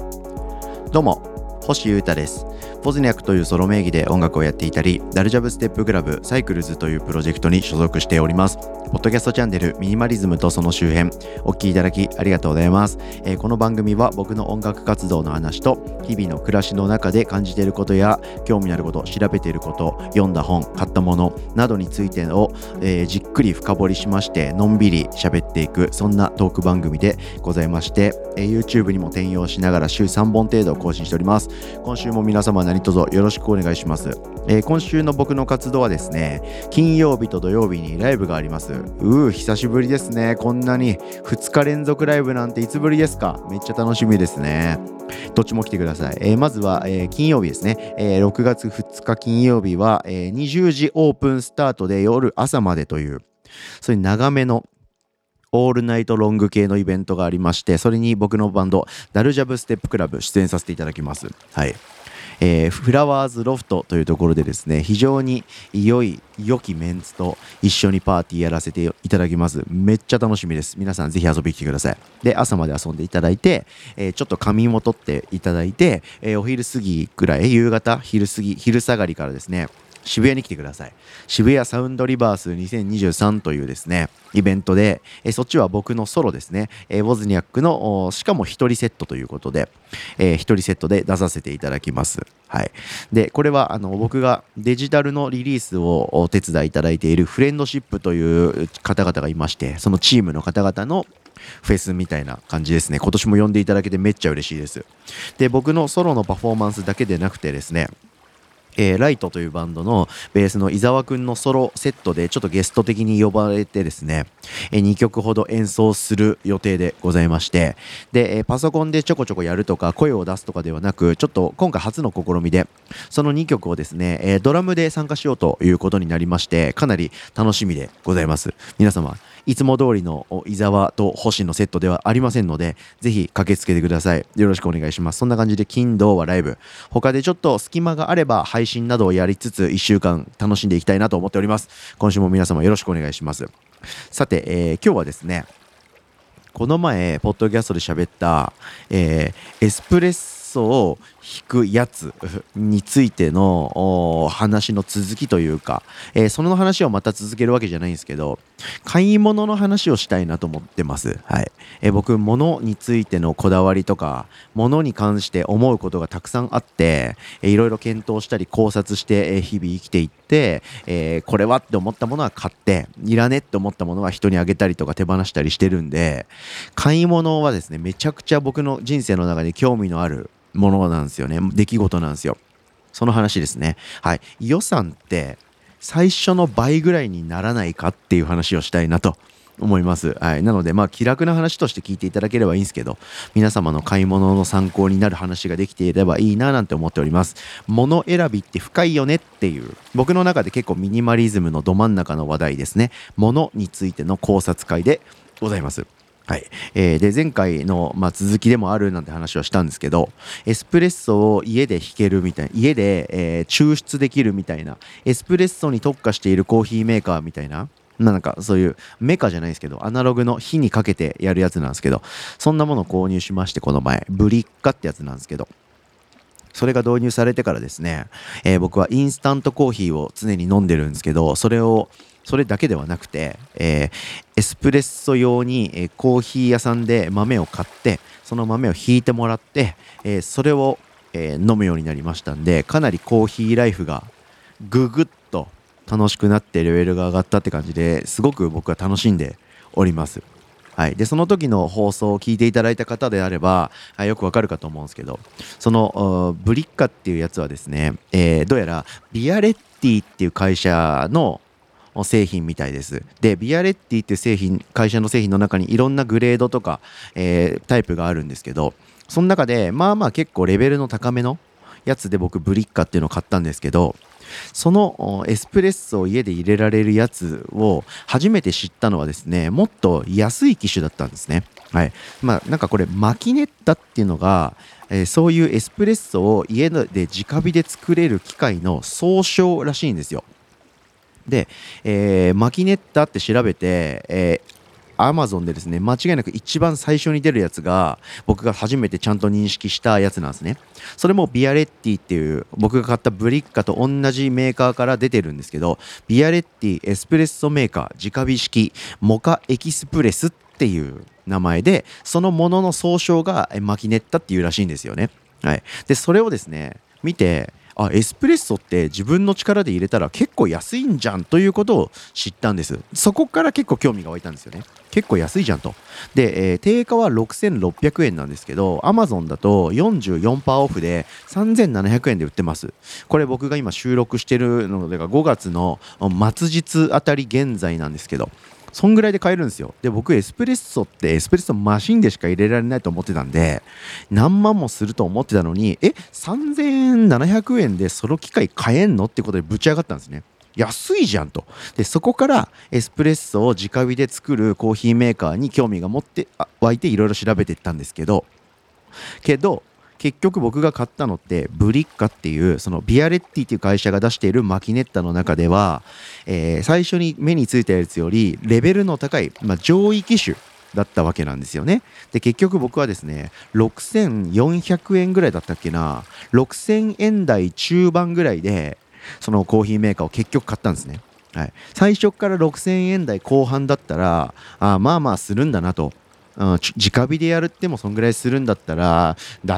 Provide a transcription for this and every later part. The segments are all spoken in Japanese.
どうも、星優太です。ポズニャクというソロ名義で音楽をやっていたり、ダルジャブステップクラブサイクルズというプロジェクトに所属しております。ポッドキャストチャンネルミニマリズムとその周辺、お聞きいただきありがとうございます。この番組は僕の音楽活動の話と、日々の暮らしの中で感じていることや興味のあること、調べていること、読んだ本、買ったものなどについてを、じっくり深掘りしまして、のんびり喋っていく、そんなトーク番組でございまして、YouTube にも転用しながら週3本程度更新しております。今週も皆様何卒よろしくお願いします。今週の僕の活動はですね、金曜日と土曜日にライブがあります。久しぶりですね。こんなに2日連続ライブなんていつぶりですか？めっちゃ楽しみですね。どっちも来てください。まずは、金曜日ですね、6月2日金曜日は、20時オープンスタートで夜朝までという、そういう長めのオールナイトロング系のイベントがありまして、それに僕のバンドダルジャブステップクラブ出演させていただきます。はい。フラワーズロフトというところでですね、非常に良きメンツと一緒にパーティーやらせていただきます。めっちゃ楽しみです。皆さんぜひ遊びに来てください。で、朝まで遊んでいただいて、ちょっと仮眠も取っていただいて、お昼過ぎくらい、夕方、昼下がりからですね、渋谷に来てください。渋谷サウンドリバース2023というですね、イベントで、そっちは僕のソロですね、ウォズニャックのしかも一人セットということで、一人セットで出させていただきます。はい。で、これは僕がデジタルのリリースをお手伝いいただいているフレンドシップという方々がいまして、そのチームの方々のフェスみたいな感じですね。今年も呼んでいただけてめっちゃ嬉しいです。で、僕のソロのパフォーマンスだけでなくてですね、ライトというバンドのベースの伊沢くんのソロセットでちょっとゲスト的に呼ばれてですね、2曲ほど演奏する予定でございまして、で、パソコンでちょこちょこやるとか声を出すとかではなく、ちょっと今回初の試みでその2曲をですね、ドラムで参加しようということになりまして、かなり楽しみでございます。皆様いつも通りの伊沢と星のセットではありませんので、ぜひ駆けつけてください。よろしくお願いします。そんな感じで金土はライブ、他でちょっと隙間があれば配信などをやりつつ1週間楽しんでいきたいなと思っております。今週も皆様よろしくお願いします。さて、今日はですね、この前ポッドキャストで喋った、エスプレッソを引くやつについての話の続きというか、その話をまた続けるわけじゃないんですけど、買い物の話をしたいなと思ってます。はい。僕、物についてのこだわりとか、物に関して思うことがたくさんあって、いろいろ検討したり考察して、日々生きていって、これはって思ったものは買って、いらねって思ったものは人にあげたりとか手放したりしてるんで、買い物はですね、めちゃくちゃ僕の人生の中で興味のあるものなんですよね。出来事なんですよ。その話ですね。はい。予算って最初の倍ぐらいにならないかっていう話をしたいなと思います。はい。なので、気楽な話として聞いていただければいいんですけど、皆様の買い物の参考になる話ができていればいいななんて思っております。物選びって深いよねっていう、僕の中で結構ミニマリズムのど真ん中の話題ですね。物についての考察会でございます。はい。で、前回の、続きでもあるなんて話はしたんですけど、エスプレッソを家で引けるみたいな、家で、抽出できるみたいな、エスプレッソに特化しているコーヒーメーカーみたいな、なんかそういうメカじゃないですけど、アナログの火にかけてやるやつなんですけど、そんなものを購入しまして、この前、ブリッカってやつなんですけど、それが導入されてからですね、僕はインスタントコーヒーを常に飲んでるんですけど、それだけではなくて、エスプレッソ用に、コーヒー屋さんで豆を買って、その豆をひいてもらって、それを、飲むようになりましたんで、かなりコーヒーライフがぐぐっと楽しくなってレベルが上がったって感じですごく僕は楽しんでおります。はい。で、その時の放送を聞いていただいた方であれば、よくわかるかと思うんですけど、そのブリッカっていうやつはですね、どうやらビアレッティっていう会社の製品みたいです。で、ビアレッティっていう会社の製品の中にいろんなグレードとか、タイプがあるんですけど、その中で結構レベルの高めのやつで僕ブリッカっていうのを買ったんですけど、そのエスプレッソを家で入れられるやつを初めて知ったのはですね、もっと安い機種だったんですね。はい。なんかこれマキネッタっていうのが、そういうエスプレッソを家で直火で作れる機械の総称らしいんですよ。で、マキネッタって調べて、 Amazon でですね、間違いなく一番最初に出るやつが、僕が初めてちゃんと認識したやつなんですね。それもビアレッティっていう僕が買ったブリッカと同じメーカーから出てるんですけど、ビアレッティエスプレッソメーカー直火式モカエキスプレスっていう名前で、そのものの総称がマキネッタっていうらしいんですよね。はい。で、それをですね、見て、エスプレッソって自分の力で入れたら結構安いんじゃんということを知ったんです。そこから結構興味が湧いたんですよね。結構安いじゃんと。で、定価は6600円なんですけど、Amazon だと44%オフで3700円で売ってます。これ僕が今収録してるのが5月の末日あたり現在なんですけど、そんぐらいで買えるんですよ。で、僕エスプレッソってエスプレッソマシンでしか入れられないと思ってたんで、何万もすると思ってたのに、3700円でその機械買えんのってことでぶち上がったんですね。安いじゃんと。で、そこからエスプレッソを直火で作るコーヒーメーカーに興味が持って湧いていろいろ調べていったんですけど、結局僕が買ったのってブリッカっていうそのビアレッティっていう会社が出しているマキネッタの中では、最初に目についたやつよりレベルの高い、上位機種だったわけなんですよね。で、結局僕はですね、6400円ぐらいだったっけな、6000円台中盤ぐらいでそのコーヒーメーカーを結局買ったんですね。はい、最初から6000円台後半だったらまあまあするんだなと。直火でやるってもそんぐらいするんだったら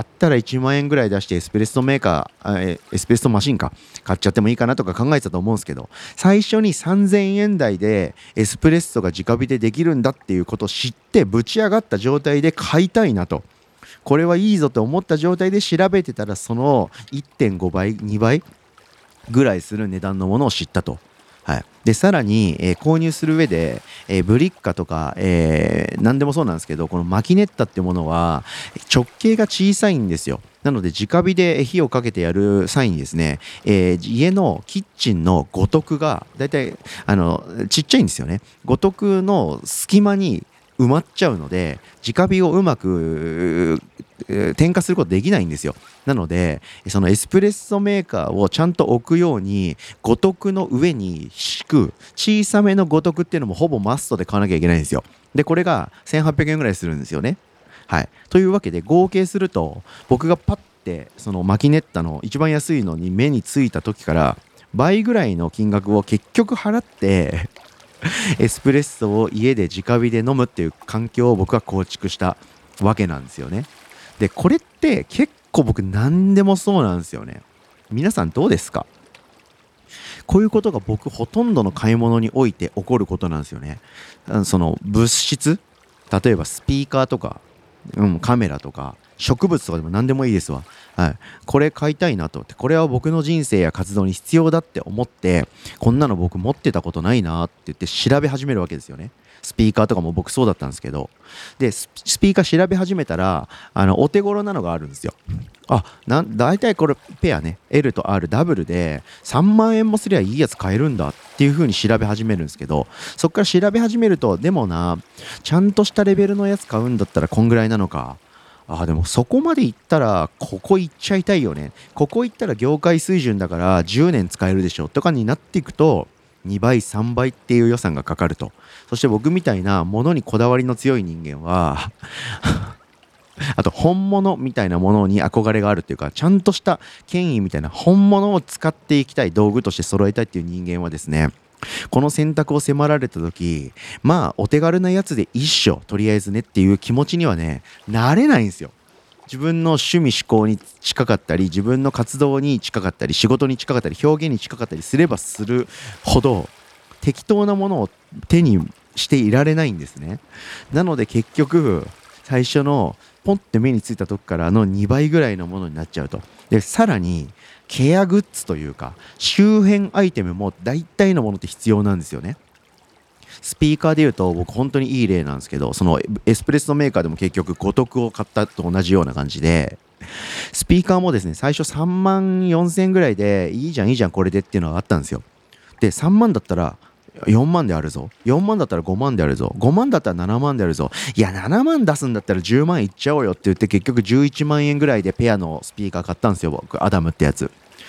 1万円ぐらい出してエスプレッソメーカーエスプレッソマシンか買っちゃってもいいかなとか考えてたと思うんですけど、最初に3000円台でエスプレッソが直火でできるんだっていうことを知ってぶち上がった状態で買いたいなと、これはいいぞと思った状態で調べてたら、その 1.5 倍2倍ぐらいする値段のものを知ったと。はい、でさらに、購入する上で、ブリッカとか、何でもそうなんですけど、このマキネッタってものは直径が小さいんですよ。なので直火で火をかけてやる際にですね、家のキッチンの五徳がだいたいちっちゃいんですよね。五徳の隙間に埋まっちゃうので、直火をうまく点火することできないんですよ。なのでそのエスプレッソメーカーをちゃんと置くように五徳の上に敷く小さめの五徳っていうのもほぼマストで買わなきゃいけないんですよ。でこれが1800円ぐらいするんですよね。はい、というわけで合計すると、僕がパッてそのマキネッタの一番安いのに目についた時から倍ぐらいの金額を結局払ってエスプレッソを家で直火で飲むっていう環境を僕は構築したわけなんですよね。でこれって結構僕何でもそうなんですよね。皆さんどうですか？こういうことが僕ほとんどの買い物において起こることなんですよね。その物質、例えばスピーカーとか、カメラとか植物とかでも何でもいいですわ。はい、これ買いたいなと、これは僕の人生や活動に必要だって思って、こんなの僕持ってたことないなって言って調べ始めるわけですよね。スピーカーとかも僕そうだったんですけど、でスピーカー調べ始めたらお手頃なのがあるんですよ。だいたいこれペアね、 L と R ダブルで3万円もすりゃいいやつ買えるんだっていう風に調べ始めるんですけど、そっから調べ始めると、でもな、ちゃんとしたレベルのやつ買うんだったらこんぐらいなのか、でもそこまでいったらここ行っちゃいたいよね、ここ行ったら業界水準だから10年使えるでしょとかになっていくと、2倍3倍っていう予算がかかると。そして僕みたいなものにこだわりの強い人間はあと本物みたいなものに憧れがあるっていうか、ちゃんとした権威みたいな本物を使っていきたい、道具として揃えたいっていう人間はですね、この選択を迫られた時、お手軽なやつで一緒とりあえずねっていう気持ちにはね、なれないんですよ。自分の趣味思考に近かったり、自分の活動に近かったり、仕事に近かったり、表現に近かったりすればするほど適当なものを手にしていられないんですね。なので結局最初のポンって目についた時からの2倍ぐらいのものになっちゃうと。でさらにケアグッズというか周辺アイテムも大体のものって必要なんですよね。スピーカーでいうと僕本当にいい例なんですけど、そのエスプレッソメーカーでも結局五徳を買ったと同じような感じで、スピーカーもですね、最初3万4000円ぐらいでいいじゃんこれでっていうのがあったんですよ。で3万だったら4万であるぞ、4万だったら5万であるぞ、5万だったら7万であるぞ、いや7万出すんだったら10万いっちゃおうよって言って、結局11万円ぐらいでペアのスピーカー買ったんですよ僕、アダムってやつ。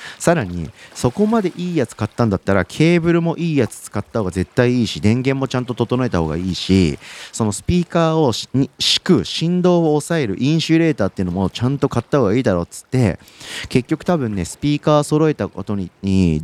さらにそこまでいいやつ買ったんだったらケーブルもいいやつ使った方が絶対いいし、電源もちゃんと整えた方がいいし、そのスピーカーを敷く振動を抑えるインシュレーターっていうのもちゃんと買った方がいいだろうっつって、結局多分ねスピーカー揃えたことに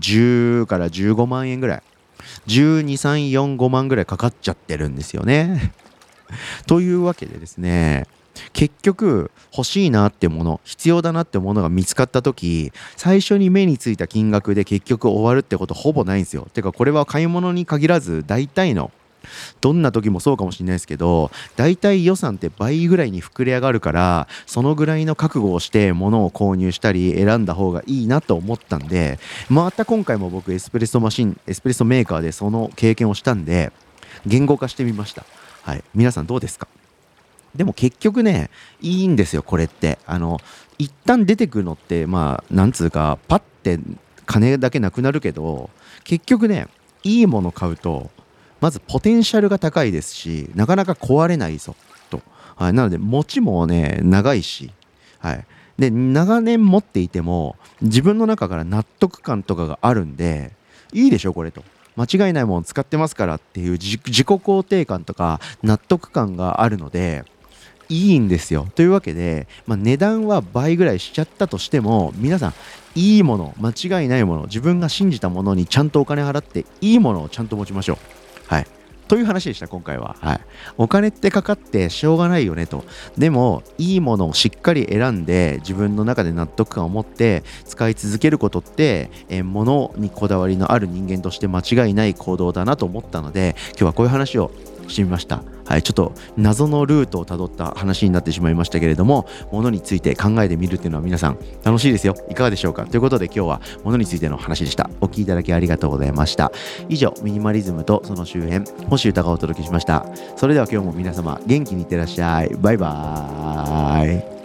10から15万円ぐらい、12、3、4、5万ぐらいかかっちゃってるんですよね。というわけでですね、結局欲しいなってもの、必要だなってものが見つかった時、最初に目についた金額で結局終わるってことほぼないんですよ。てかこれは買い物に限らず大体のどんな時もそうかもしれないですけど、大体予算って倍ぐらいに膨れ上がるから、そのぐらいの覚悟をして物を購入したり選んだ方がいいなと思ったんで、また今回も僕エスプレッソメーカーでその経験をしたんで言語化してみました。はい、皆さんどうですか？でも結局ね、いいんですよこれって。一旦出てくるのってなんつうかパッて金だけなくなるけど、結局ねいいもの買うとまずポテンシャルが高いですし、なかなか壊れないぞと、はい、なので持ちもね長いし、はい、で長年持っていても自分の中から納得感とかがあるんで、いいでしょこれと、間違いないもの使ってますからっていう自己肯定感とか納得感があるのでいいんですよ。というわけで、値段は倍ぐらいしちゃったとしても、皆さんいいもの、間違いないもの、自分が信じたものにちゃんとお金払っていいものをちゃんと持ちましょう。はい。という話でした今回は。はい。お金ってかかってしょうがないよねと。でもいいものをしっかり選んで自分の中で納得感を持って使い続けることって、物にこだわりのある人間として間違いない行動だなと思ったので、今日はこういう話をしてみました。はい、ちょっと謎のルートをたどった話になってしまいましたけれども、物について考えてみるっていうのは皆さん楽しいですよ。いかがでしょうか？ということで今日は物についての話でした。お聞きいただきありがとうございました。以上、ミニマリズムとその周辺、星豊がお届けしました。それでは今日も皆様元気にいってらっしゃい。バイバーイ。